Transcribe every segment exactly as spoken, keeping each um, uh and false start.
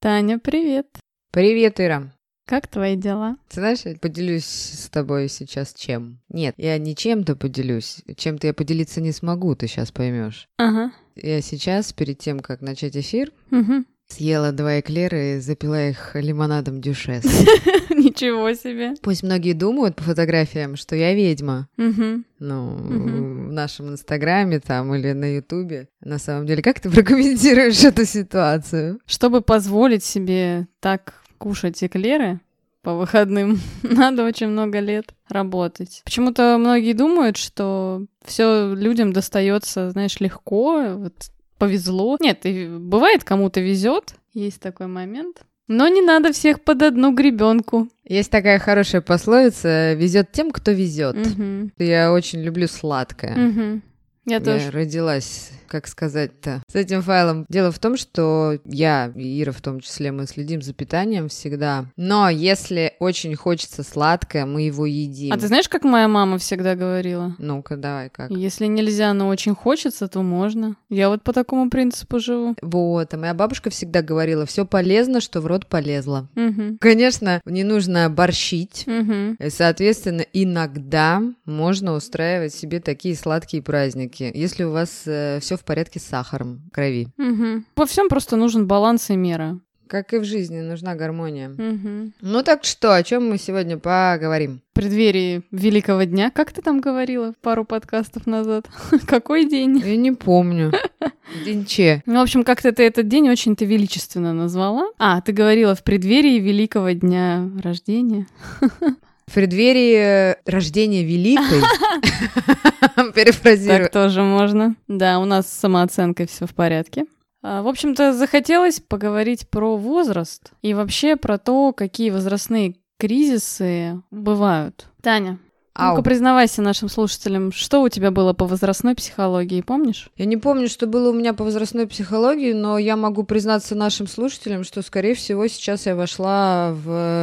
Таня, привет. Привет, Ира. Как твои дела? Ты знаешь, я поделюсь с тобой сейчас чем? Нет, я не чем-то поделюсь. Чем-то я поделиться не смогу, ты сейчас поймешь. Ага. Я сейчас, перед тем, как начать эфир, Угу. съела два эклера и запила их лимонадом дюшес. Ничего себе. Пусть многие думают по фотографиям, что я ведьма. Угу. Ну, Мгм. в нашем инстаграме там или на ютубе. На самом деле, как ты прокомментируешь эту ситуацию? Чтобы позволить себе так кушать эклеры по выходным, надо очень много лет работать. Почему-то многие думают, что все людям достается, знаешь, легко, вот повезло. Нет, и бывает, кому-то везет, есть такой момент. Но не надо всех под одну гребенку. Есть такая хорошая пословица: везет тем, кто везет. Угу. Я очень люблю сладкое. Угу. Я Я тоже. родилась, как сказать-то, с этим файлом. Дело в том, что я и Ира в том числе, мы следим за питанием всегда. Но если очень хочется сладкое, мы его едим. А ты знаешь, как моя мама всегда говорила? Ну-ка, давай, как? Если нельзя, но очень хочется, то можно. Я вот по такому принципу живу. Вот, а моя бабушка всегда говорила: все полезно, что в рот полезло. Угу. Конечно, не нужно борщить. Угу. И, соответственно, иногда можно устраивать себе такие сладкие праздники, если у вас все в порядке с сахаром в крови. Угу. Во всем просто нужен баланс и мера. Как и в жизни, нужна гармония. Угу. Ну так что, о чем мы сегодня поговорим? В преддверии Великого дня, как ты там говорила пару подкастов назад? Какой день? Я не помню. День Че. Ну, в общем, как-то ты этот день очень-то величественно назвала. А, ты говорила в преддверии Великого дня рождения. В преддверии рождения Великой. Перефразирую. Так тоже можно. Да, у нас с самооценкой все в порядке. А, В общем-то, захотелось поговорить про возраст и вообще про то, какие возрастные кризисы бывают. Таня, ну-ка Ау. признавайся нашим слушателям, что у тебя было по возрастной психологии, помнишь? Я не помню, что было у меня по возрастной психологии, но я могу признаться нашим слушателям, что, скорее всего, сейчас я вошла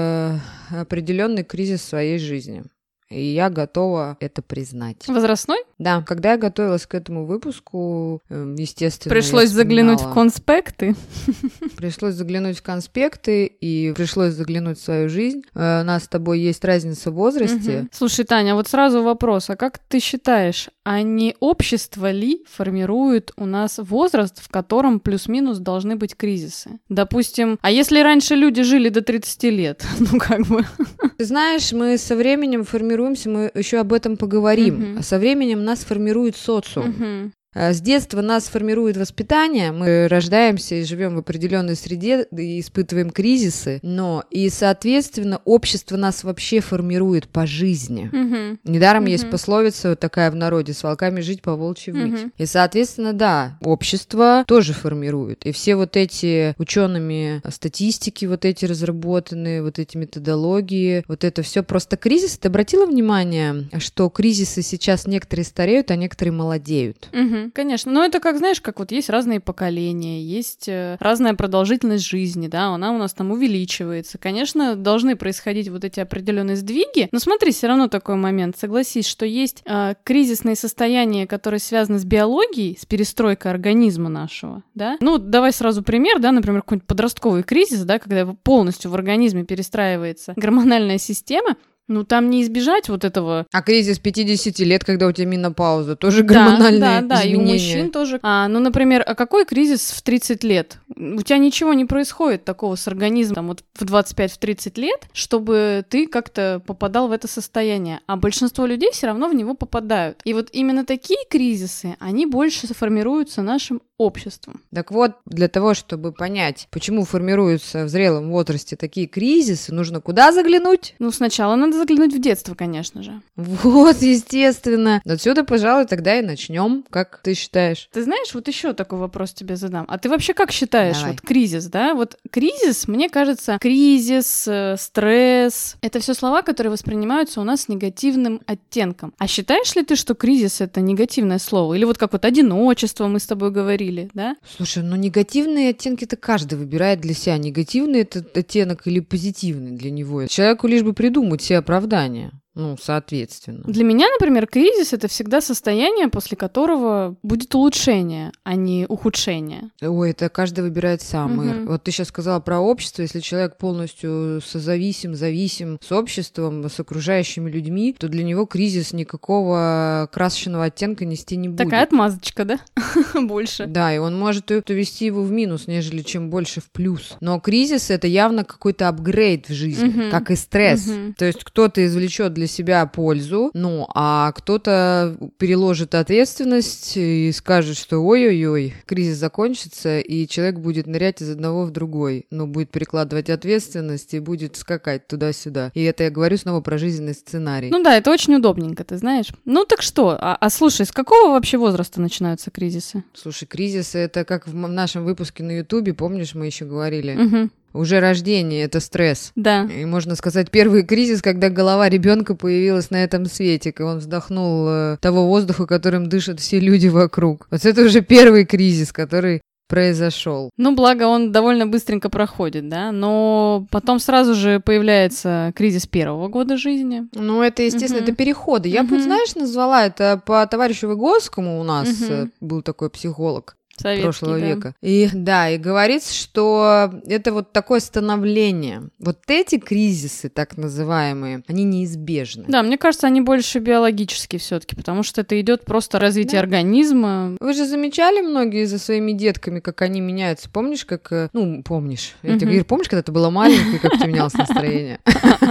в определенный кризис своей жизни. И я готова это признать. Возрастной? Да, когда я готовилась к этому выпуску, эм, естественно, Пришлось я заглянуть в вспоминала. конспекты. Пришлось заглянуть в конспекты и пришлось заглянуть в свою жизнь. Э, У нас с тобой есть разница в возрасте. Мгм. Слушай, Таня, вот сразу вопрос, а как ты считаешь, а не общество ли формирует у нас возраст, в котором плюс-минус должны быть кризисы? Допустим, а если раньше люди жили до тридцати лет, ну как бы... Ты знаешь, мы со временем формируемся, мы еще об этом поговорим. Мгм. А со временем нас формирует социум. Мгм. А С детства нас формирует воспитание, мы рождаемся и живем в определенной среде и испытываем кризисы, но и, соответственно, общество нас вообще формирует по жизни. Мгм. Недаром Мгм. есть пословица вот такая в народе: с волками жить, по волчьи выть. Мгм. И, соответственно, да, общество тоже формирует. И все вот эти учеными статистики, вот эти разработанные, вот эти методологии, вот это все просто кризис. Ты обратила внимание, что кризисы сейчас некоторые стареют, а некоторые молодеют? Мгм. Конечно, но это как, знаешь, как вот есть разные поколения, есть э, разная продолжительность жизни, да, она у нас там увеличивается. Конечно, должны происходить вот эти определенные сдвиги, но смотри, все равно такой момент, согласись, что есть э, кризисные состояния, которые связаны с биологией, с перестройкой организма нашего, да. Ну, давай сразу пример, да, например, какой-нибудь подростковый кризис, да, когда полностью в организме перестраивается гормональная система. Ну, там не избежать вот этого. А кризис пятидесяти лет, когда у тебя менопауза, тоже Да, гормональные да, да, и у изменения. мужчин тоже. А, ну, например, а какой кризис в тридцать лет? У тебя ничего не происходит такого с организмом там, вот в двадцать пять тридцать лет, чтобы ты как-то попадал в это состояние. А большинство людей все равно в него попадают. И вот именно такие кризисы, они больше формируются нашим обществом. Так вот, для того, чтобы понять, почему формируются в зрелом возрасте такие кризисы, нужно куда заглянуть? Ну, сначала надо заглянуть в детство, конечно же. Вот, естественно. Отсюда, пожалуй, тогда и начнем. Как ты считаешь? Ты знаешь, вот еще такой вопрос тебе задам. А ты вообще как считаешь, Давай. вот кризис, да? Вот кризис, мне кажется, кризис, э, стресс, это все слова, которые воспринимаются у нас с негативным оттенком. А считаешь ли ты, что кризис — это негативное слово? Или вот как вот одиночество мы с тобой говорили, да? Слушай, ну негативные оттенки-то каждый выбирает для себя. Негативный это оттенок или позитивный для него. Человеку лишь бы придумать себе оправдание. Ну, соответственно. Для меня, например, кризис — это всегда состояние, после которого будет улучшение, а не ухудшение. Ой, это каждый выбирает сам, Ир. Мгм. Вот ты сейчас сказала про общество. Если человек полностью созависим, зависим с обществом, с окружающими людьми, то для него кризис никакого красочного оттенка нести не будет. Такая отмазочка, да? Больше. Да, и он может увести его в минус, нежели чем больше в плюс. Но кризис — это явно какой-то апгрейд в жизни, Мгм. как и стресс. Мгм. То есть кто-то извлечет для себя пользу, ну, а кто-то переложит ответственность и скажет, что ой-ой-ой, кризис закончится, и человек будет нырять из одного в другой, ну, будет перекладывать ответственность и будет скакать туда-сюда. И это я говорю снова про жизненный сценарий. Ну да, это очень удобненько, ты знаешь. Ну так что? А, а слушай, с какого вообще возраста начинаются кризисы? Слушай, кризис — это как в м- нашем выпуске на Ютубе, помнишь, мы еще говорили? Мгм. Уже рождение — это стресс. Да. И можно сказать, первый кризис, когда голова ребенка появилась на этом свете, и он вдохнул э, того воздуха, которым дышат все люди вокруг. Вот это уже первый кризис, который произошел. Ну, благо, он довольно быстренько проходит, да, но потом сразу же появляется кризис первого года жизни. Ну, это, естественно, Мгм. это переходы. Я бы, Мгм. знаешь, назвала это по товарищу Выгодскому, у нас Мгм. э, был такой психолог Советский, прошлого да. века. И да, и говорится, что это вот такое становление. Вот эти кризисы, так называемые, они неизбежны. Да, мне кажется, они больше биологические все-таки, потому что это идет просто развитие Да. организма. Вы же замечали многие за своими детками, как они меняются? Помнишь, как... э, Ну, помнишь. Я тебе Мгм. говорю, помнишь, когда ты была маленькой, как у тебя менялось настроение?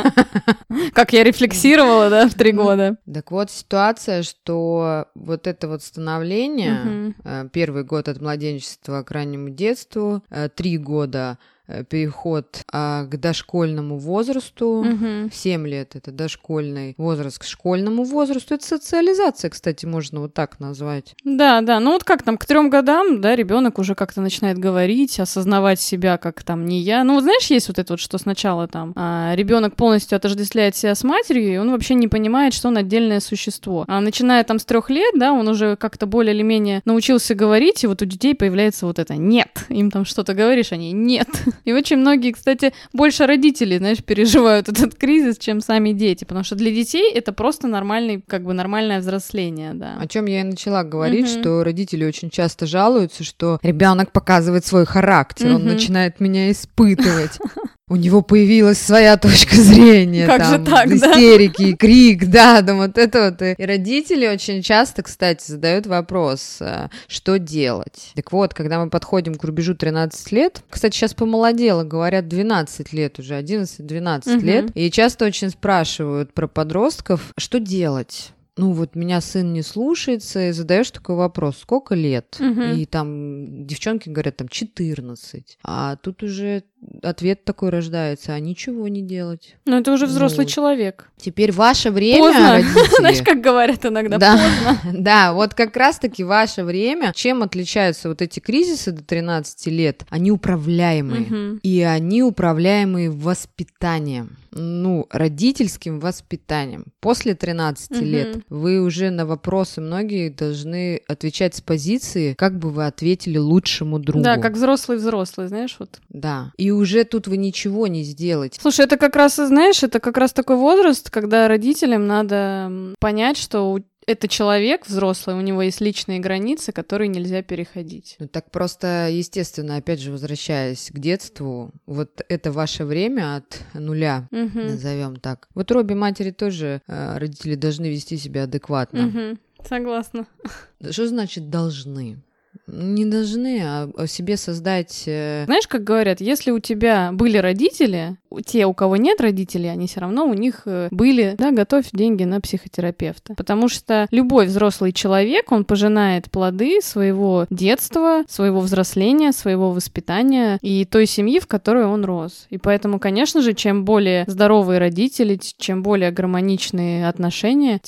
Как я рефлексировала, да, в три года. Так вот, ситуация, что вот это вот становление, Мгм. э, первый год от младенчества к раннему детству, э, три года э, переход а, к дошкольному возрасту, Мгм. семь лет это дошкольный возраст к школьному возрасту, это социализация, кстати, можно вот так назвать. Да, да, ну вот как там, к трем годам, да, ребенок уже как-то начинает говорить, осознавать себя как там не я. Ну вот знаешь, есть вот это вот, что сначала там а, ребенок полностью отождествляет себя с матерью, и он вообще не понимает, что он отдельное существо. А начиная там с трех лет, да, он уже как-то более или менее научился говорить, и вот у детей появляется вот это «нет». Им там что-то говоришь, они «нет». И очень многие, кстати, больше родители, знаешь, переживают этот кризис, чем сами дети, потому что для детей это просто нормальный, как бы нормальное взросление, да. О чем я и начала говорить, Мгм. что родители очень часто жалуются, что ребенок показывает свой характер, он Мгм. начинает меня испытывать. У него появилась своя точка зрения, Как же там, так, да? истерики, крик, да, да, вот это вот. И родители очень часто, кстати, задают вопрос, а, что делать. Так вот, когда мы подходим к рубежу тринадцать лет, кстати, сейчас помолодело, говорят, двенадцать лет уже, одиннадцать-двенадцать Мгм. лет, и часто очень спрашивают про подростков, что делать. Ну вот меня сын не слушается, и задаешь такой вопрос, сколько лет? Мгм. И там девчонки говорят, там четырнадцать. А тут уже ответ такой рождается, а ничего не делать. Ну, это уже взрослый Ну, человек. Теперь ваше время, Поздно. родители. Знаешь, как говорят иногда, Да. поздно. Да, вот как раз-таки ваше время. Чем отличаются вот эти кризисы до тринадцати лет? Они управляемые. Мгм. И они управляемые воспитанием. Ну, родительским воспитанием. После тринадцати Мгм. лет вы уже на вопросы многие должны отвечать с позиции, как бы вы ответили лучшему другу. Да, как взрослый-взрослый, знаешь, вот. Да. И уже тут вы ничего не сделаете. Слушай, это как раз, знаешь, это как раз такой возраст, когда родителям надо м, понять, что у- это человек взрослый, у него есть личные границы, которые нельзя переходить. Ну так просто, естественно, опять же, возвращаясь к детству, вот это ваше время от нуля, Мгм. назовем так. В утробе матери тоже э, родители должны вести себя адекватно. Мгм. Согласна. Что значит должны? Не должны, а о себе создать... э, Знаешь, как говорят, если у тебя были родители, у- те, у кого нет родителей, они все равно у них э, были, да, готовь деньги на психотерапевта. Потому что любой взрослый человек, он пожинает плоды своего детства, своего взросления, своего воспитания и той семьи, в которой он рос. И поэтому, конечно же, чем более здоровые родители, ч- чем более гармоничные отношения, тем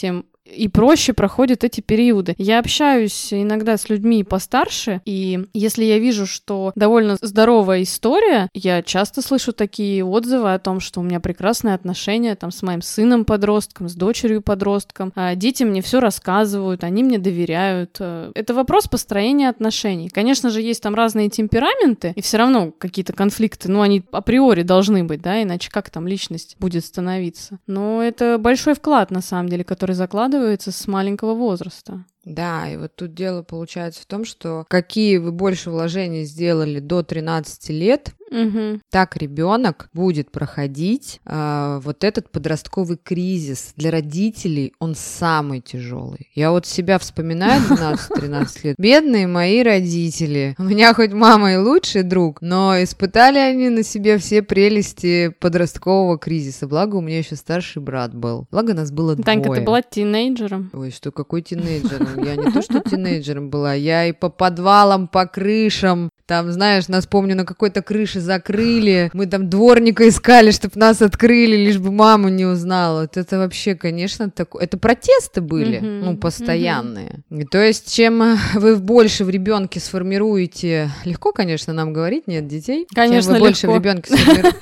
и проще проходят эти периоды. Я общаюсь иногда с людьми постарше, и если я вижу, что довольно здоровая история, я часто слышу такие отзывы о том, что у меня прекрасные отношения там с моим сыном-подростком, с дочерью-подростком, а дети мне все рассказывают, они мне доверяют. Это вопрос построения отношений. Конечно же, есть там разные темпераменты, и все равно какие-то конфликты, ну, они априори должны быть, да, иначе как там личность будет становиться. Но это большой вклад, на самом деле, который закладывается с маленького возраста. Да, и вот тут дело получается в том, что какие вы больше вложений сделали до тринадцати лет, угу. так ребенок будет проходить э, вот этот подростковый кризис. Для родителей он самый тяжелый. Я вот себя вспоминаю двенадцать-тринадцать лет. Бедные мои родители. У меня хоть мама и лучший друг, но испытали они на себе все прелести подросткового кризиса. Благо у меня еще старший брат был. Благо нас было двое. Танька, ты была тинейджером? Ой, что, какой тинейджер? Я не то, что тинейджером была, я и по подвалам, по крышам. Там, знаешь, нас, помню, на какой-то крыше закрыли. Мы там дворника искали, чтобы нас открыли, лишь бы маму не узнала. Вот это вообще, конечно, такое... Это протесты были, mm-hmm. ну, постоянные. Mm-hmm. И то есть, чем вы больше в ребенке сформируете... Легко, конечно, нам говорить, нет детей. Конечно, чем вы больше легко. в ребенке сформируете...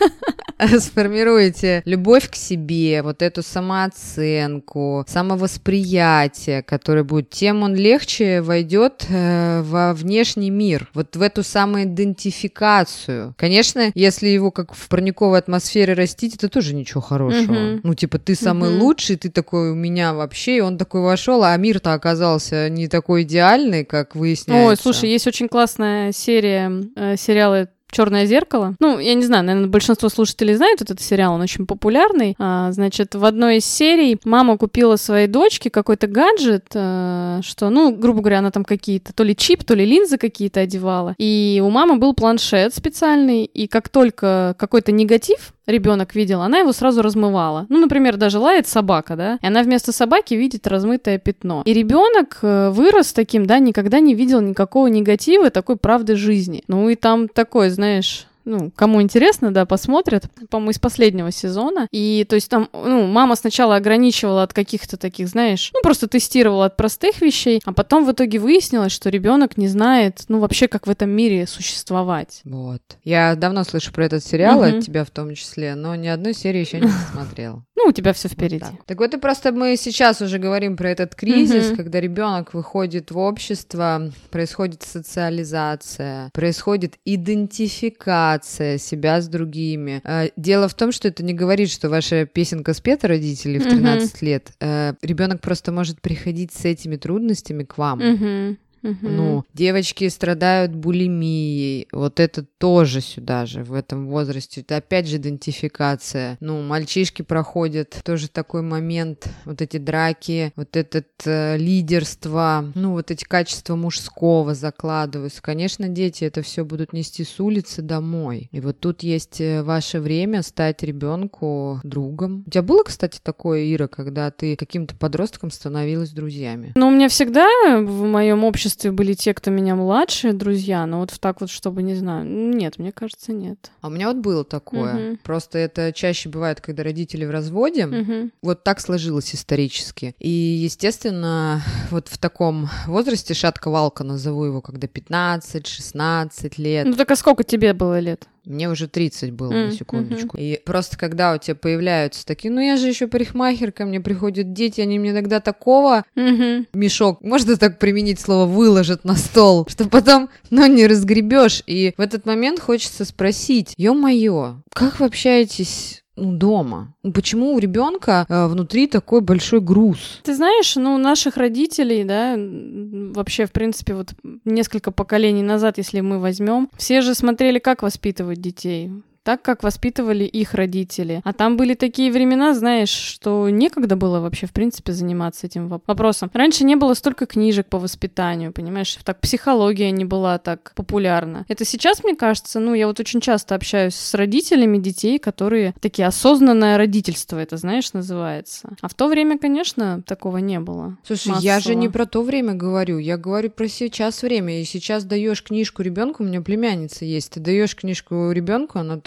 сформируете любовь к себе, вот эту самооценку, самовосприятие, которое будет, тем он легче войдет э, во внешний мир, вот в эту самоидентификацию. Конечно, если его как в парниковой атмосфере растить, это тоже ничего хорошего. Uh-huh. Ну, типа, ты самый uh-huh. лучший, ты такой у меня вообще, и он такой вошел, а мир-то оказался не такой идеальный, как выясняется. Ой, слушай, есть очень классная серия э, сериала «Черное зеркало». Ну, я не знаю, наверное, большинство слушателей знают этот сериал, он очень популярный. А, значит, в одной из серий мама купила своей дочке какой-то гаджет, а, что, ну, грубо говоря, она там какие-то то ли чип, то ли линзы какие-то одевала. И у мамы был планшет специальный, и как только какой-то негатив ребенок видел, она его сразу размывала. Ну, например, даже лает собака, да, и она вместо собаки видит размытое пятно. И ребенок вырос таким, да, никогда не видел никакого негатива, такой правды жизни. Ну, и там такой, знаешь... Ну, кому интересно, да, посмотрят, по-моему, из последнего сезона. И, то есть, там, ну, мама сначала ограничивала от каких-то таких, знаешь, ну, просто тестировала от простых вещей, а потом в итоге выяснилось, что ребенок не знает, ну, вообще, как в этом мире существовать. Вот. Я давно слышу про этот сериал, uh-huh. от тебя в том числе, но ни одной серии еще не смотрела. Ну, у тебя все впереди. Вот так. так вот, и просто мы сейчас уже говорим про этот кризис, uh-huh. когда ребенок выходит в общество, происходит социализация, происходит идентификация себя с другими. Дело в том, что это не говорит, что ваша песенка спета, родители, в тринадцать uh-huh. лет. Ребенок просто может приходить с этими трудностями к вам. Uh-huh. Uh-huh. Ну, девочки страдают булимией, вот это тоже сюда же, в этом возрасте, это опять же идентификация. Ну, мальчишки проходят тоже такой момент, вот эти драки, вот это э, лидерство, ну, вот эти качества мужского закладываются. Конечно, дети это все будут нести с улицы домой. И вот тут есть ваше время стать ребенку другом. У тебя было, кстати, такое, Ира, когда ты каким-то подростком становилась друзьями? Ну, у меня всегда в моем обществе были те, кто меня младше, друзья, но вот так вот, чтобы, не знаю, нет, мне кажется, нет. А у меня вот было такое. Uh-huh. Просто это чаще бывает, когда родители в разводе. Uh-huh. Вот так сложилось исторически. И, естественно, вот в таком возрасте шатка-валка, назову его, когда пятнадцать-шестнадцать лет. Ну так а сколько тебе было лет? Мне уже тридцать было, mm, на секундочку. Mm-hmm. И просто когда у тебя появляются такие, ну я же еще парикмахер, ко мне приходят дети, они мне иногда такого mm-hmm. мешок, можно так применить слово, выложат на стол, что потом, ну, не разгребешь. И в этот момент хочется спросить, ё-моё, как вы общаетесь... Ну, дома. Почему у ребенка э, внутри такой большой груз? Ты знаешь, ну, у наших родителей, да, вообще, в принципе, вот несколько поколений назад, если мы возьмем, все же смотрели, как воспитывать детей. Так, как воспитывали их родители. А там были такие времена, знаешь, что некогда было вообще, в принципе, заниматься этим вопросом. Раньше не было столько книжек по воспитанию, понимаешь? Так психология не была так популярна. Это сейчас, мне кажется, ну, я вот очень часто общаюсь с родителями детей, которые такие осознанное родительство, это, знаешь, называется. А в то время, конечно, такого не было. Слушай, массово. Я же не про то время говорю, я говорю про сейчас время. И сейчас даешь книжку ребенку, у меня племянница есть, ты даешь книжку ребенку, она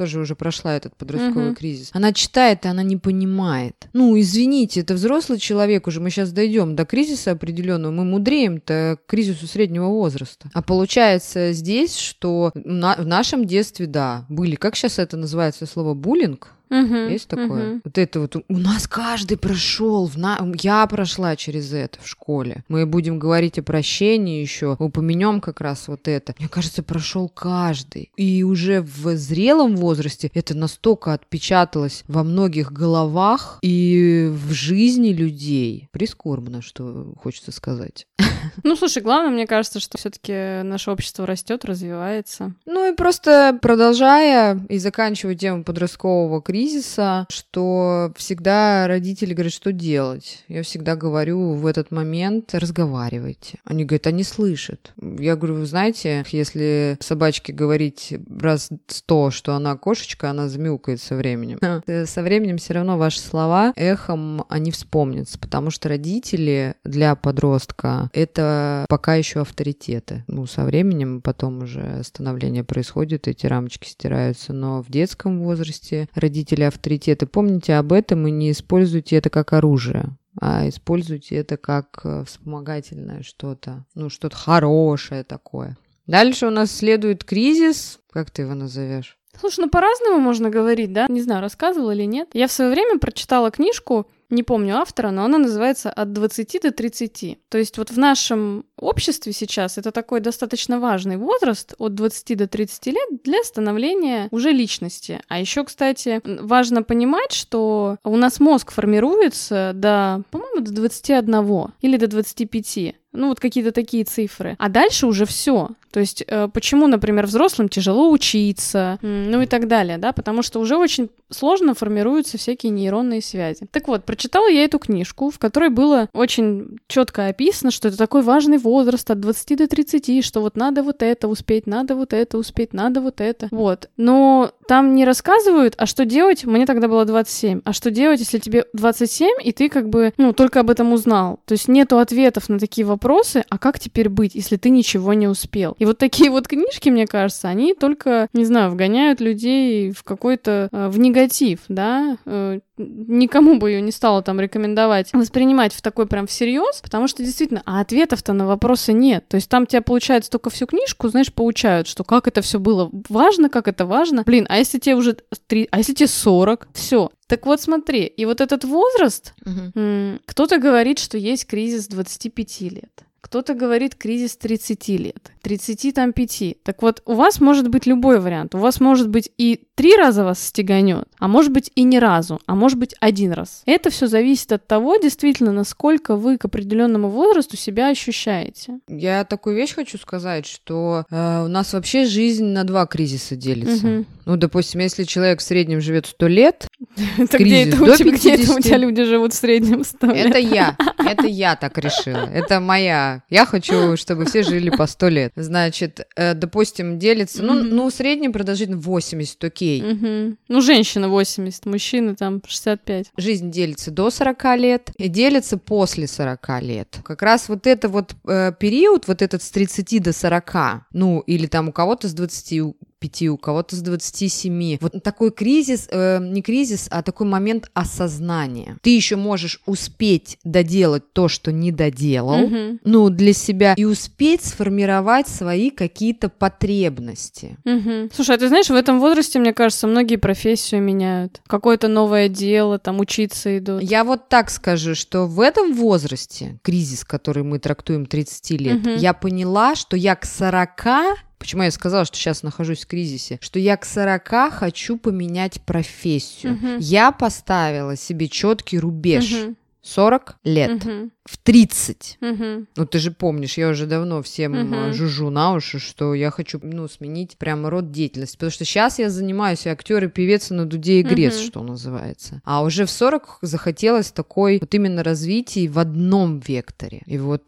тоже уже прошла этот подростковый Мгм. кризис. Она читает, и она не понимает. Ну, извините, это взрослый человек уже, мы сейчас дойдем до кризиса определенного, мы мудреем-то к кризису среднего возраста. А получается здесь, что на- в нашем детстве, да, были, как сейчас это называется слово, буллинг? Мгм. Есть такое? Мгм. Вот это вот у нас каждый прошел, в на... я прошла через это в школе. Мы будем говорить о прощении еще, упомянем как раз вот это. Мне кажется, прошел каждый. И уже в зрелом возрасте это настолько отпечаталось во многих головах и в жизни людей. Прискорбно, что хочется сказать. Ну, слушай, главное, мне кажется, что все-таки наше общество растет, развивается. Ну и просто продолжая и заканчивая тему подросткового кризиса, что всегда родители говорят, что делать. Я всегда говорю в этот момент: разговаривайте. Они говорят, они слышат. Я говорю, вы знаете, если собачке говорить раз сто, что она кошечка, она замяукает со временем. Со временем все равно ваши слова эхом они вспомнятся, потому что родители для подростка — это пока еще авторитеты. Ну, со временем потом уже становление происходит, эти рамочки стираются, но в детском возрасте родители авторитеты. Помните об этом и не используйте это как оружие, а используйте это как вспомогательное что-то, ну, что-то хорошее такое. Дальше у нас следует кризис. Как ты его назовешь? Слушай, ну по-разному можно говорить, да? Не знаю, рассказывала или нет. Я в свое время прочитала книжку, не помню автора, но она называется «От двадцати до тридцати». То есть вот в нашем обществе сейчас это такой достаточно важный возраст, от двадцати до тридцати лет, для становления уже личности. А еще, кстати, важно понимать, что у нас мозг формируется до, по-моему, до двадцати одного или до двадцати пяти. Ну, вот какие-то такие цифры. А дальше уже все. То есть, э, почему, например, взрослым тяжело учиться, ну и так далее, да, потому что уже очень сложно формируются всякие нейронные связи. Так вот, прочитала я эту книжку, в которой было очень четко описано, что это такой важный возраст от двадцати до тридцати, что вот надо вот это успеть, надо вот это успеть, надо вот это. Вот. Но там не рассказывают, а что делать, мне тогда было двадцать семь, а что делать, если тебе двадцать семь, и ты как бы, ну, только об этом узнал. То есть нету ответов на такие вопросы, Вопросы, а как теперь быть, если ты ничего не успел? И вот такие вот книжки, мне кажется, они только, не знаю, вгоняют людей в какой-то, э, в негатив, да, э, никому бы ее не стала там рекомендовать воспринимать в такой прям всерьез, потому что действительно, а ответов-то на вопросы нет. То есть там тебя, получается, только всю книжку, знаешь, поучают, что как это все было важно, как это важно. Блин, а если тебе уже три, а если тебе сорок? Все. Так вот, смотри, и вот этот возраст, Угу. м- кто-то говорит, что есть кризис двадцати пяти лет. Кто-то говорит кризис тридцати лет, тридцати там пяти. Так вот, у вас может быть любой вариант. У вас может быть и три раза вас стеганет, а может быть и ни разу, а может быть один раз. Это все зависит от того, действительно, насколько вы к определенному возрасту себя ощущаете. Я такую вещь хочу сказать, что э, у нас вообще жизнь на два кризиса делится. Мгм. Ну, допустим, если человек в среднем живет сто лет, Это кризис где это у до тебя, где это у пятидесяти. тебя люди живут в среднем сто лет? это я. Это я так решила. Это моя. Я хочу, чтобы все жили по сто лет. Значит, э, допустим, делится, ну, Мгм. ну, средняя продолжительность восемьдесят, окей. Мгм. Ну, женщина восемьдесят, мужчина там шестьдесят пять. Жизнь делится до сорока лет и делится после сорока лет. Как раз вот это вот э, период, вот этот с тридцати до сорока, ну, или там у кого-то с двадцати пяти, у кого-то с двадцати семи. Вот такой кризис, э, не кризис, а такой момент осознания. Ты еще можешь успеть доделать то, что не доделал, Мгм. ну, для себя, и успеть сформировать свои какие-то потребности. Мгм. Слушай, а ты знаешь, в этом возрасте, мне кажется, многие профессию меняют. Какое-то новое дело, там учиться идут. Я вот так скажу, что в этом возрасте, кризис, который мы трактуем тридцати лет, Мгм. я поняла, что я к сорока, почему я сказала, что сейчас нахожусь в кризисе, что я к сорока хочу поменять профессию. Мгм. Я поставила себе четкий рубеж. Мгм. сорок лет. Мгм. В тридцать. Мгм. Ну, ты же помнишь, я уже давно всем Мгм. э, жужжу на уши, что я хочу, ну, сменить прямо род деятельности. Потому что сейчас я занимаюсь и актер, и певец, и на дуде и грез, Мгм. что называется. А уже в сорок захотелось такой вот именно развития в одном векторе. И вот тут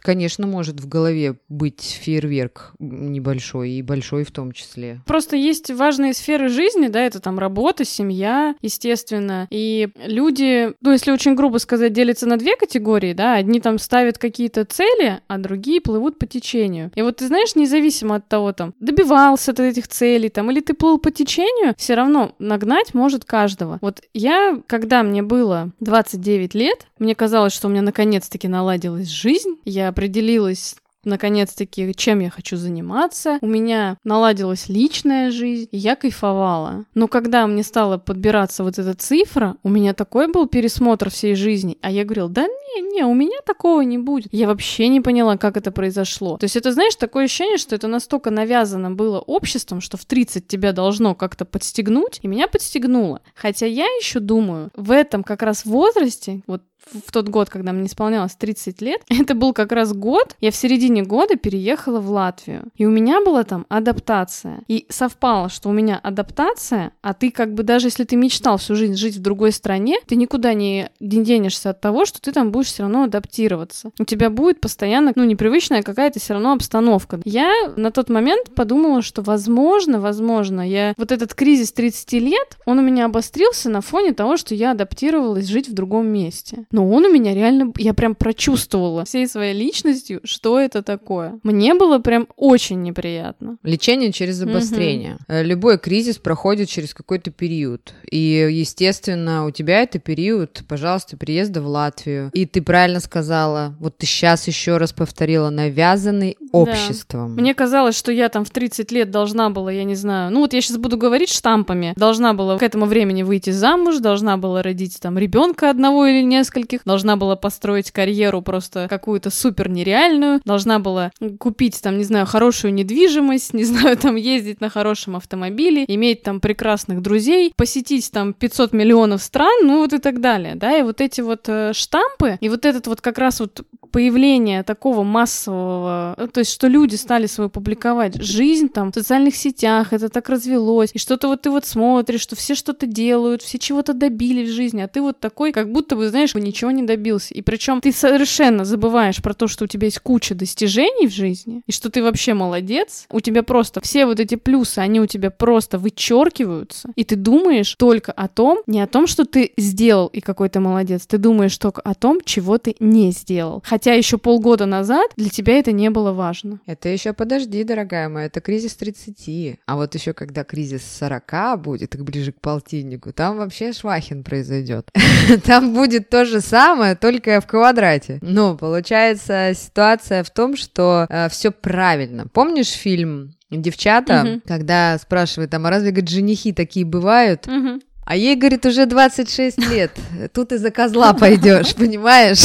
конечно, может в голове быть фейерверк небольшой и большой в том числе. Просто есть важные сферы жизни, да, это там работа, семья, естественно, и люди, ну, если очень грубо сказать, делятся на две категории, да, одни там ставят какие-то цели, а другие плывут по течению. И вот ты знаешь, независимо от того, там, добивался ты этих целей, там, или ты плыл по течению, все равно нагнать может каждого. Вот я, когда мне было двадцать девять лет, мне казалось, что у меня наконец-таки наладилась жизнь, я определилась наконец-таки, чем я хочу заниматься. У меня наладилась личная жизнь, и я кайфовала. Но когда мне стала подбираться вот эта цифра, у меня такой был пересмотр всей жизни. А я говорила, да не, не, у меня такого не будет. Я вообще не поняла, как это произошло. То есть это, знаешь, такое ощущение, что это настолько навязано было обществом, что в тридцать тебя должно как-то подстегнуть, и меня подстегнуло. Хотя я еще думаю, в этом как раз возрасте, вот в тот год, когда мне исполнялось тридцать лет, это был как раз год, я в середине года переехала в Латвию, и у меня была там адаптация. И совпало, что у меня адаптация, а ты как бы даже если ты мечтал всю жизнь жить в другой стране, ты никуда не, не денешься от того, что ты там будешь все равно адаптироваться. У тебя будет постоянно, ну, непривычная какая-то все равно обстановка. Я на тот момент подумала, что возможно, возможно, я вот этот кризис тридцати лет, он у меня обострился на фоне того, что я адаптировалась жить в другом месте. Но он у меня реально, я прям прочувствовала всей своей личностью, что это такое. Мне было прям очень неприятно. Лечение через обострение. Mm-hmm. Любой кризис проходит через какой-то период. И, естественно, у тебя это период, пожалуйста, приезда в Латвию. И ты правильно сказала, вот ты сейчас еще раз повторила, навязанный обществом. Да. Мне казалось, что я там в тридцать лет должна была, я не знаю, ну вот я сейчас буду говорить штампами, должна была к этому времени выйти замуж, должна была родить там ребенка одного или нескольких, должна была построить карьеру просто какую-то супер нереальную, должна была купить там, не знаю, хорошую недвижимость, не знаю, там ездить на хорошем автомобиле, иметь там прекрасных друзей, посетить там пятьсот миллионов стран, ну вот и так далее, да, и вот эти вот э, штампы, и вот этот вот как раз вот появление такого массового, то есть что люди стали свою публиковать жизнь там в социальных сетях, это так развелось, и что-то вот ты вот смотришь, что все что-то делают, все чего-то добились в жизни, а ты вот такой, как будто бы, знаешь, ничего не добился. И причем ты совершенно забываешь про то, что у тебя есть куча достижений в жизни, и что ты вообще молодец, у тебя просто все вот эти плюсы, они у тебя просто вычеркиваются, и ты думаешь только о том, не о том, что ты сделал и какой ты молодец, ты думаешь только о том, чего ты не сделал. Хотя еще полгода назад для тебя это не было важно. Это еще подожди, дорогая моя, это кризис тридцати. А вот еще когда кризис сорока будет, так ближе к полтиннику, там вообще швахин произойдет. Там будет то же самое, только в квадрате. Но получается ситуация в том, что э, все правильно. Помнишь фильм «Девчата», uh-huh. когда спрашивают, там, а разве, говорит, женихи такие бывают? Uh-huh. А ей, говорит, уже двадцать шесть лет. Тут из-за козла пойдешь, понимаешь?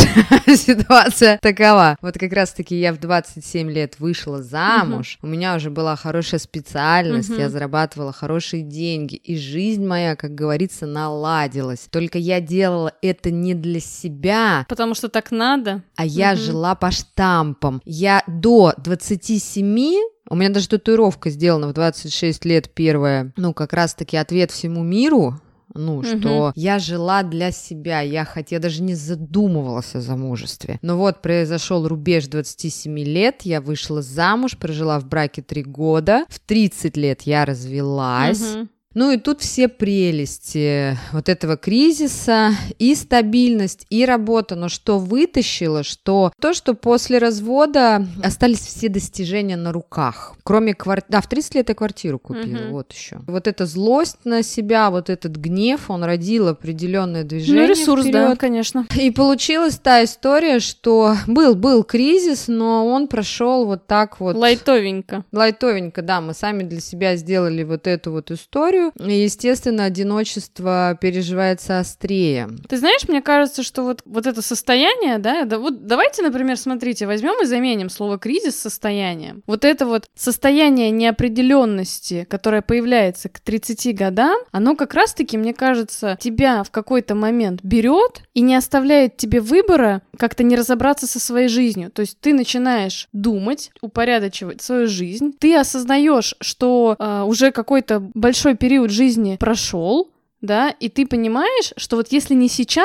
Ситуация такова. Вот как раз-таки я в двадцать семь лет вышла замуж. У меня уже была хорошая специальность, я зарабатывала хорошие деньги. И жизнь моя, как говорится, наладилась. Только я делала это не для себя. Потому что так надо. А я жила по штампам. Я до двадцати семи... У меня даже татуировка сделана в двадцать шесть лет первая. Ну, как раз-таки ответ всему миру. Ну, mm-hmm. что я жила для себя, я хотя даже не задумывалась о замужестве. Но вот произошел рубеж двадцати семи лет, я вышла замуж, прожила в браке три года, в тридцать лет я развелась. Mm-hmm. Ну и тут все прелести вот этого кризиса, и стабильность, и работа. Но что вытащило, что то, что после развода остались все достижения на руках. Кроме квартиры. Да, в тридцать лет я квартиру купила, uh-huh. вот еще. Вот эта злость на себя, вот этот гнев, он родил определенное движение. Ну, ресурс, вперед. Да, конечно. И получилась та история, что был, был кризис, но он прошел вот так вот. Лайтовенько. Лайтовенько, да. Мы сами для себя сделали вот эту вот историю. И, естественно, одиночество переживается острее. Ты знаешь, мне кажется, что вот, вот это состояние, да, да, вот давайте, например, смотрите, возьмем и заменим слово кризис состоянием. Вот это вот состояние неопределенности, которое появляется к тридцати годам, оно как раз-таки, мне кажется, тебя в какой-то момент берет и не оставляет тебе выбора как-то не разобраться со своей жизнью. То есть ты начинаешь думать, упорядочивать свою жизнь, ты осознаешь, что э, уже какой-то большой период жизни прошел, да, и ты понимаешь, что вот если не сейчас,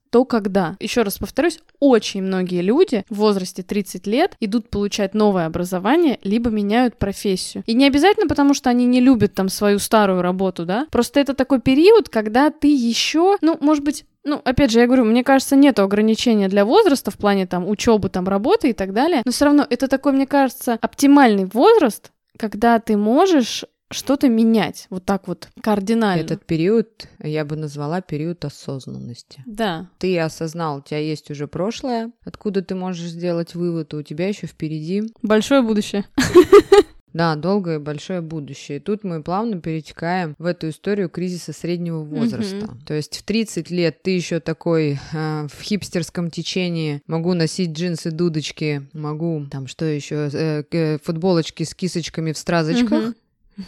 то когда. Еще раз повторюсь, очень многие люди в возрасте тридцать лет идут получать новое образование, либо меняют профессию. И не обязательно потому, что они не любят там свою старую работу, да, просто это такой период, когда ты еще, ну, может быть, ну, опять же, я говорю, мне кажется, нет ограничения для возраста в плане там учебы, там работы и так далее, но все равно это такой, мне кажется, оптимальный возраст, когда ты можешь что-то менять, вот так вот кардинально. Этот период я бы назвала период осознанности. Да. Ты осознал, у тебя есть уже прошлое, откуда ты можешь сделать вывод, и у тебя еще впереди большое будущее. Да, долгое и большое будущее. И тут мы плавно перетекаем в эту историю кризиса среднего возраста. Mm-hmm. То есть в тридцать лет ты еще такой э, в хипстерском течении, могу носить джинсы-дудочки, могу там что еще, э, э, футболочки с кисочками в стразочках. Mm-hmm.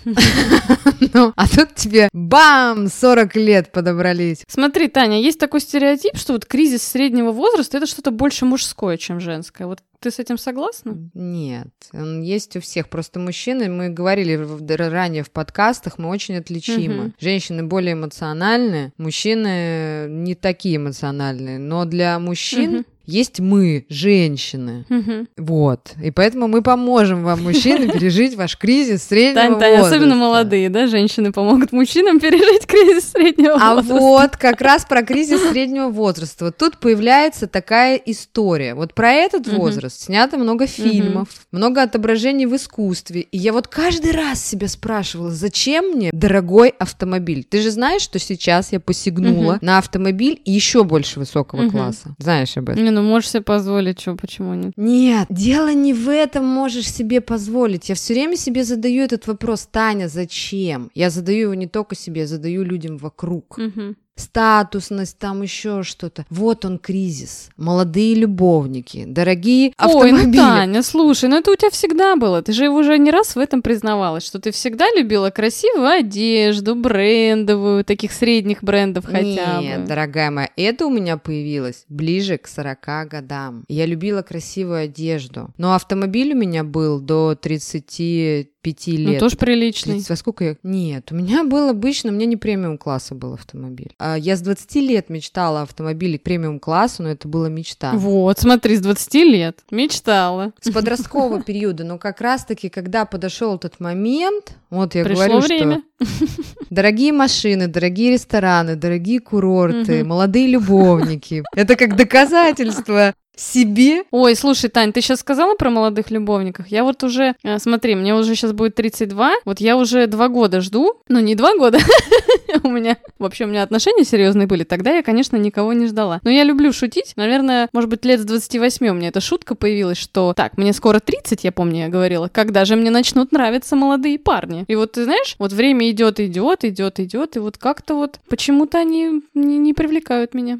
Ну, а тут тебе бам, сорок лет подобрались. Смотри, Таня, есть такой стереотип, что вот кризис среднего возраста — это что-то больше мужское, чем женское. Вот ты с этим согласна? Нет, он есть у всех. Просто мужчины, мы говорили ранее в подкастах, мы очень отличимы. Угу. Женщины более эмоциональны, мужчины не такие эмоциональные. Но для мужчин... Угу. Есть мы, женщины. Угу. Вот. И поэтому мы поможем вам, мужчины, пережить ваш кризис среднего Тань, возраста. Тань, особенно молодые, да, женщины помогут мужчинам пережить кризис среднего а возраста. А вот как раз про кризис среднего возраста. Вот тут появляется такая история. Вот про этот угу. возраст снято много фильмов, угу. много отображений в искусстве. И я вот каждый раз себя спрашивала, зачем мне дорогой автомобиль? Ты же знаешь, что сейчас я посягнула угу. на автомобиль еще больше высокого угу. класса. Знаешь об этом? Не, ну можешь себе позволить, что, почему нет? Нет, дело не в этом, можешь себе позволить. Я все время себе задаю этот вопрос: Таня, зачем? Я задаю его не только себе, задаю людям вокруг. Угу. Статусность, там еще что-то. Вот он кризис. Молодые любовники, дорогие автомобили. Ой, ну Таня, слушай, ну это у тебя всегда было. Ты же уже не раз в этом признавалась, что ты всегда любила красивую одежду, брендовую, таких средних брендов хотя бы. Нет, дорогая моя, это у меня появилось ближе к сорока годам. Я любила красивую одежду. Но автомобиль у меня был до тридцати пяти лет. Ну, тоже приличный. тридцать, во сколько я... Нет, у меня был обычно, у меня не премиум класса был автомобиль. А я с двадцати лет мечтала о автомобиле премиум класса, но это была мечта. Вот, смотри, с двадцати лет мечтала. С подросткового периода, но как раз-таки, когда подошел этот момент, вот я Пришло говорю, время. Что дорогие машины, дорогие рестораны, дорогие курорты, молодые любовники. Это как доказательство себе. Ой, слушай, Тань, ты сейчас сказала про молодых любовников? Я вот уже, смотри, мне уже сейчас будет тридцать два, вот я уже два года жду, ну не два года, у меня, вообще у меня отношения серьезные были, тогда я, конечно, никого не ждала. Но я люблю шутить, наверное, может быть, лет с двадцати восьми у меня эта шутка появилась, что так, мне скоро тридцать, я помню, я говорила, когда же мне начнут нравиться молодые парни? И вот ты знаешь, вот время идет, идет, идет, идет, и вот как-то вот почему-то они не, не привлекают меня.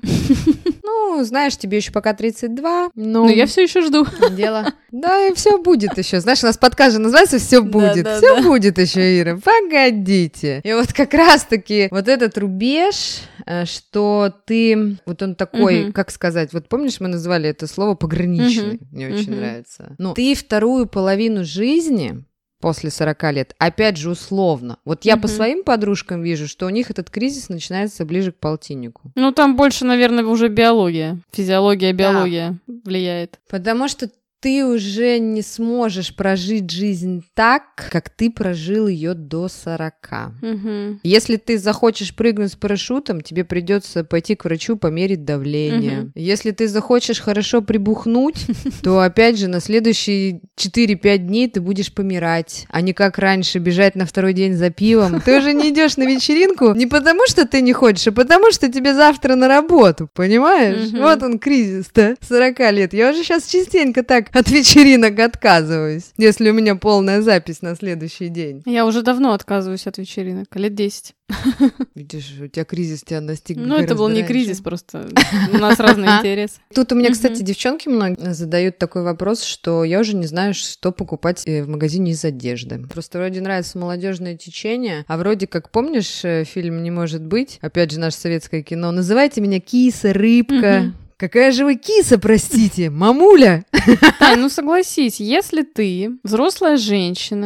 Ну, знаешь, тебе еще пока тридцать два. Но... Но я все еще жду. Дело. Да, и все будет еще. Знаешь, у нас подкаст же называется «Все будет». Да, да, все да. будет еще, Ира. Погодите. И вот как раз-таки вот этот рубеж, что ты, вот он такой, угу. как сказать, вот помнишь, мы называли это слово пограничный. Угу. Мне очень угу. нравится. Ну, ты вторую половину жизни после сорока лет, опять же, условно. Вот я uh-huh. по своим подружкам вижу, что у них этот кризис начинается ближе к полтиннику. Ну, там больше, наверное, уже биология. Физиология, биология да. влияет. Потому что ты уже не сможешь прожить жизнь так, как ты прожил ее до сорока. Угу. Если ты захочешь прыгнуть с парашютом, тебе придется пойти к врачу померить давление. Угу. Если ты захочешь хорошо прибухнуть, то опять же на следующие четыре-пять дней ты будешь помирать, а не как раньше бежать на второй день за пивом. Ты уже не идешь на вечеринку не потому, что ты не хочешь, а потому, что тебе завтра на работу, понимаешь? Угу. Вот он кризис-то сорока лет. Я уже сейчас частенько так от вечеринок отказываюсь, если у меня полная запись на следующий день. Я уже давно отказываюсь от вечеринок, лет десять. Видишь, у тебя кризис тебя настиг. Ну, это был не кризис, просто у нас разные интересы. Тут у меня, кстати, девчонки многие задают такой вопрос, что я уже не знаю, что покупать в магазине из одежды. Просто вроде нравится молодежное течение, а вроде как, помнишь, фильм «Не может быть», опять же, наше советское кино, «Называйте меня киса, рыбка». Какая же вы киса, простите, мамуля! Тань, ну согласись, если ты взрослая женщина,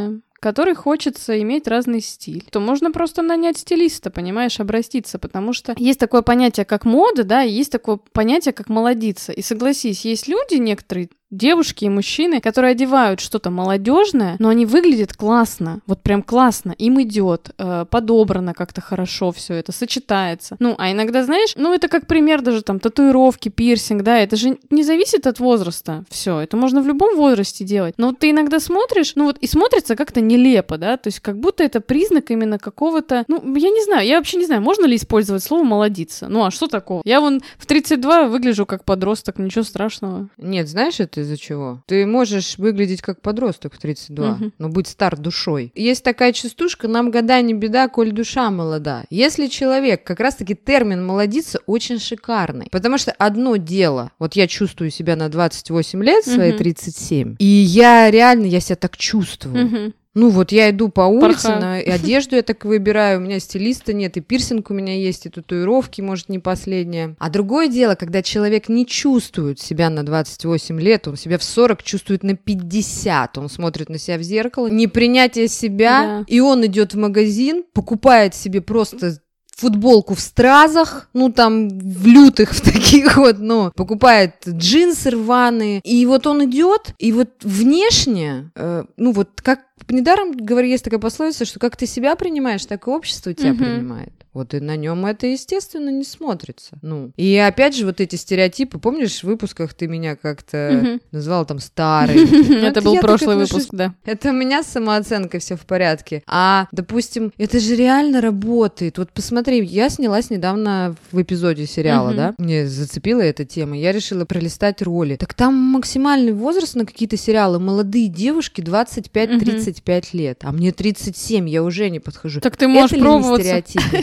который хочется иметь разный стиль, то можно просто нанять стилиста, понимаешь, обратиться, потому что есть такое понятие, как мода, да, и есть такое понятие, как молодиться. И согласись, есть люди некоторые, девушки и мужчины, которые одевают что-то молодежное, но они выглядят классно, вот прям классно, им идет, э, подобрано как-то хорошо все это, сочетается. Ну, а иногда, знаешь, ну, это как пример даже там татуировки, пирсинг, да, это же не зависит от возраста, все, это можно в любом возрасте делать. Но вот ты иногда смотришь, ну вот и смотрится как-то нелепо, да, то есть как будто это признак именно какого-то, ну, я не знаю, я вообще не знаю, можно ли использовать слово «молодиться», ну, а что такого? Я вон в тридцать два выгляжу как подросток, ничего страшного. Нет, знаешь, это из-за чего? Ты можешь выглядеть как подросток в тридцать два, угу. но быть стар душой. Есть такая частушка: нам года не беда, коль душа молода. Если человек, как раз-таки термин «молодиться» очень шикарный, потому что одно дело, вот я чувствую себя на двадцать восемь лет, свои угу. тридцать семь, и я реально, я себя так чувствую. Угу. Ну вот я иду по улице, на одежду я так выбираю, у меня стилиста нет, и пирсинг у меня есть, и татуировки, может, не последняя. А другое дело, когда человек не чувствует себя на двадцать восемь лет, он себя в сорок чувствует на пятьдесят, он смотрит на себя в зеркало, непринятие себя, да. и он идет в магазин, покупает себе просто футболку в стразах, ну там в лютых, в таких вот, ну, покупает джинсы рваные, и вот он идет, и вот внешне, э, ну вот как недаром, говорю, есть такая пословица, что как ты себя принимаешь, так и общество тебя uh-huh. принимает. Вот и на нем это, естественно, не смотрится. Ну, и опять же, вот эти стереотипы, помнишь, в выпусках ты меня как-то uh-huh. назвала там старой. Это был прошлый выпуск, да. Это у меня с самооценкой все в порядке. А, допустим, это же реально работает. Вот посмотри, я снялась недавно в эпизоде сериала, да? Мне зацепила эта тема. Я решила пролистать роли. Так там максимальный возраст на какие-то сериалы. Молодые девушки двадцать пять тридцать пять лет. А мне тридцать семь, я уже не подхожу. Так ты можешь пробоваться.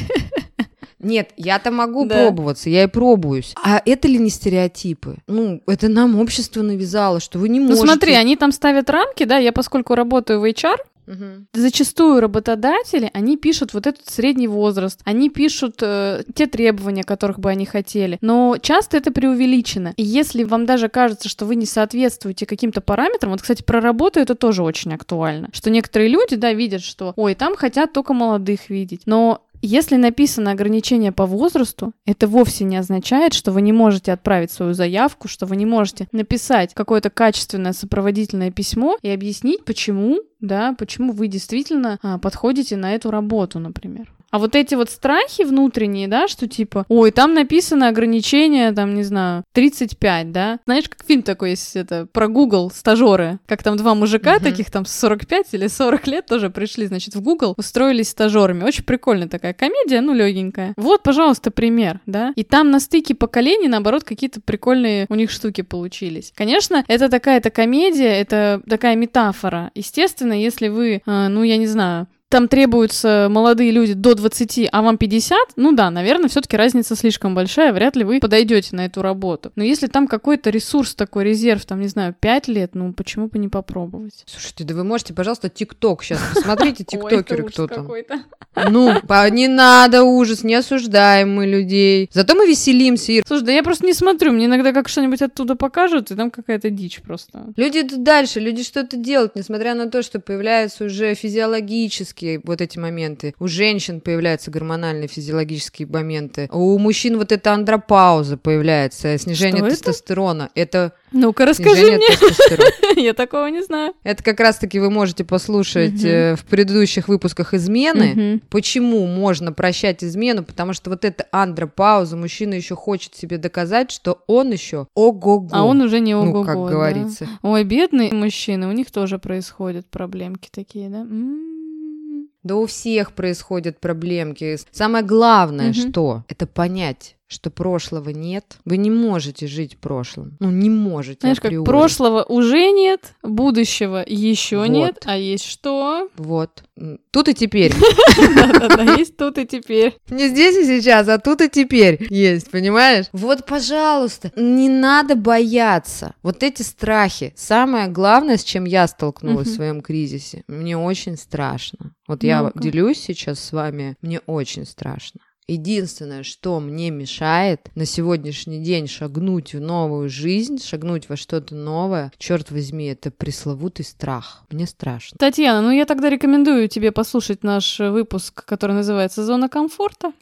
Нет, я-то могу да. пробоваться, я и пробуюсь. А это ли не стереотипы? Ну, это нам общество навязало, что вы не можете... Ну смотри, они там ставят рамки, да, я поскольку работаю в эйч ар, угу. зачастую работодатели, они пишут вот этот средний возраст, они пишут э, те требования, которых бы они хотели, но часто это преувеличено. И если вам даже кажется, что вы не соответствуете каким-то параметрам, вот, кстати, про работу это тоже очень актуально, что некоторые люди, да, видят, что, ой, там хотят только молодых видеть, но если написано ограничение по возрасту, это вовсе не означает, что вы не можете отправить свою заявку, что вы не можете написать какое-то качественное сопроводительное письмо и объяснить, почему, да, почему вы действительно а, подходите на эту работу, например. А вот эти вот страхи внутренние, да, что типа, ой, там написано ограничение, там, не знаю, тридцать пять, да. Знаешь, как фильм такой есть, это, про Google, стажеры, как там два мужика uh-huh. таких там сорок пять или сорок лет тоже пришли, значит, в Google, устроились стажерами. Очень прикольная такая комедия, ну, легенькая. Вот, пожалуйста, пример, да. И там на стыке поколений, наоборот, какие-то прикольные у них штуки получились. Конечно, это такая-то комедия, это такая метафора. Естественно, если вы, э, ну, я не знаю, там требуются молодые люди до двадцати, а вам пятьдесят, ну да, наверное, все-таки разница слишком большая, вряд ли вы подойдете на эту работу. Но если там какой-то ресурс такой, резерв, там, не знаю, пять лет, ну почему бы не попробовать? Слушайте, да вы можете, пожалуйста, ТикТок сейчас посмотрите, тиктокеры кто там. Ну, не надо, ужас, не осуждаем мы людей. Зато мы веселимся, Ир. Слушай, да я просто не смотрю, мне иногда как что-нибудь оттуда покажут, и там какая-то дичь просто. Люди идут дальше, люди что-то делают, несмотря на то, что появляются уже физиологически вот эти моменты. У женщин появляются гормональные физиологические моменты. У мужчин вот эта андропауза появляется, снижение что тестостерона. Это, это ну-ка, расскажи мне. Я такого не знаю. Это как раз-таки вы можете послушать uh-huh. в предыдущих выпусках «Измены». Uh-huh. Почему можно прощать измену? Потому что вот эта андропауза, мужчина еще хочет себе доказать, что он еще ого-го. А он уже не ого-го, ну, как да. говорится. Ой, бедные мужчины, у них тоже происходят проблемки такие, да? М-м-м. Да у всех происходят проблемки. Самое главное, uh-huh. что? Это понять, что прошлого нет. Вы не можете жить прошлым. Ну, не можете. Знаешь, как прошлого уже нет, будущего еще вот. Нет, а есть что? Вот. Тут и теперь. Да-да-да, есть тут и теперь. Не здесь и сейчас, а тут и теперь есть, понимаешь? Вот, пожалуйста, не надо бояться. Вот эти страхи. Самое главное, с чем я столкнулась в своем кризисе. Мне очень страшно. Вот я делюсь сейчас с вами, мне очень страшно. Единственное, что мне мешает на сегодняшний день шагнуть в новую жизнь, шагнуть во что-то новое, черт возьми, это пресловутый страх. Мне страшно. Татьяна, ну я тогда рекомендую тебе послушать наш выпуск, который называется «Зона комфорта».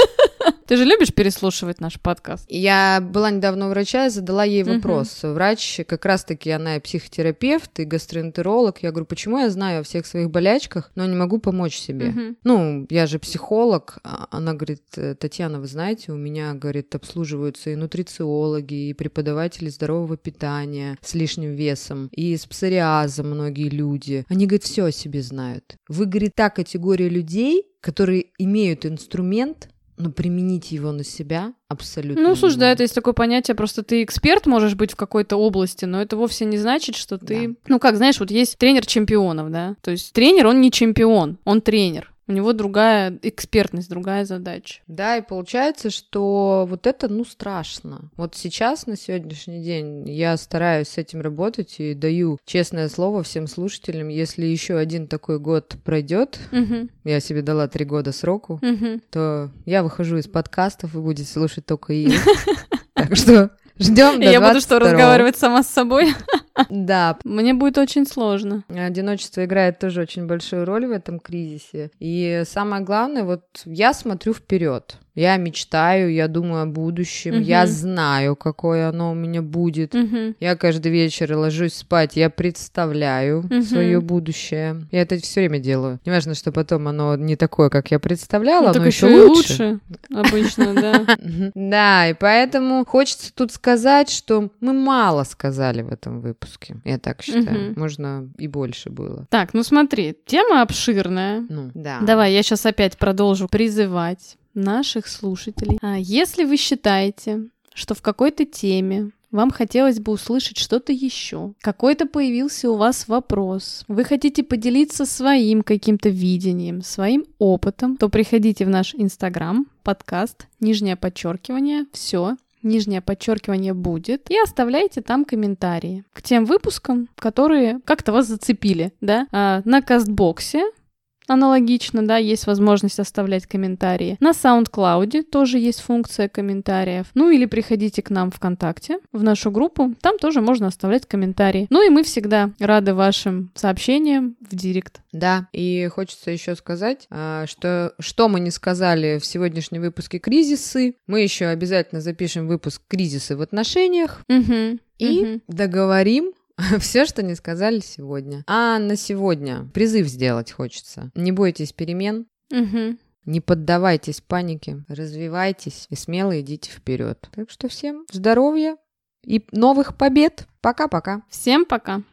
Ты же любишь переслушивать наш подкаст? Я была недавно у врача и задала ей вопрос. Uh-huh. Врач, как раз-таки она и психотерапевт, и гастроэнтеролог. Я говорю, почему я знаю о всех своих болячках, но не могу помочь себе? Uh-huh. Ну, я же психолог. Она говорит, Татьяна, вы знаете, у меня, говорит, обслуживаются и нутрициологи, и преподаватели здорового питания с лишним весом, и с псориазом многие люди. Они, говорит, все о себе знают. Вы, говорит, та категория людей, которые имеют инструмент, но применить его на себя абсолютно. Ну, слушай, да, это есть такое понятие, просто ты эксперт можешь быть в какой-то области, но это вовсе не значит, что ты... Да. Ну, как, знаешь, вот есть тренер чемпионов, да? То есть тренер, он не чемпион, он тренер. У него другая экспертность, другая задача. Да, и получается, что вот это, ну, страшно. Вот сейчас, на сегодняшний день, я стараюсь с этим работать и даю честное слово всем слушателям, если еще один такой год пройдет, угу. я себе дала три года сроку, угу. то я выхожу из подкастов, вы будете слушать только их. Так что... Ждем до Я буду что, разговаривать сама с собой? Да. Мне будет очень сложно. Одиночество играет тоже очень большую роль в этом кризисе. И самое главное, вот я смотрю вперед. Я мечтаю, я думаю о будущем, uh-huh. я знаю, какое оно у меня будет. Uh-huh. Я каждый вечер ложусь спать, я представляю uh-huh. свое будущее. Я это все время делаю. Не важно, что потом оно не такое, как я представляла, ну, но еще лучше. лучше. Обычно, да. Да, и поэтому хочется тут сказать, что мы мало сказали в этом выпуске. Я так считаю. Можно и больше было. Так, ну смотри, тема обширная. Ну, да. Давай, я сейчас опять продолжу призывать наших слушателей. А если вы считаете, что в какой-то теме вам хотелось бы услышать что-то еще, какой-то появился у вас вопрос, вы хотите поделиться своим каким-то видением, своим опытом, то приходите в наш Инстаграм, подкаст, нижнее подчеркивание, все, нижнее подчеркивание будет, и оставляйте там комментарии к тем выпускам, которые как-то вас зацепили, да, а, на Кастбоксе. Аналогично, да, есть возможность оставлять комментарии. На SoundCloud тоже есть функция комментариев. Ну или приходите к нам ВКонтакте, в нашу группу, там тоже можно оставлять комментарии. Ну и мы всегда рады вашим сообщениям в директ. Да, и хочется еще сказать, что что мы не сказали в сегодняшнем выпуске «Кризисы», мы еще обязательно запишем выпуск «Кризисы в отношениях» угу, и угу. договорим все, что не сказали сегодня. А на сегодня призыв сделать хочется. Не бойтесь перемен, угу. не поддавайтесь панике, развивайтесь и смело идите вперед. Так что всем здоровья и новых побед. Пока-пока. Всем пока.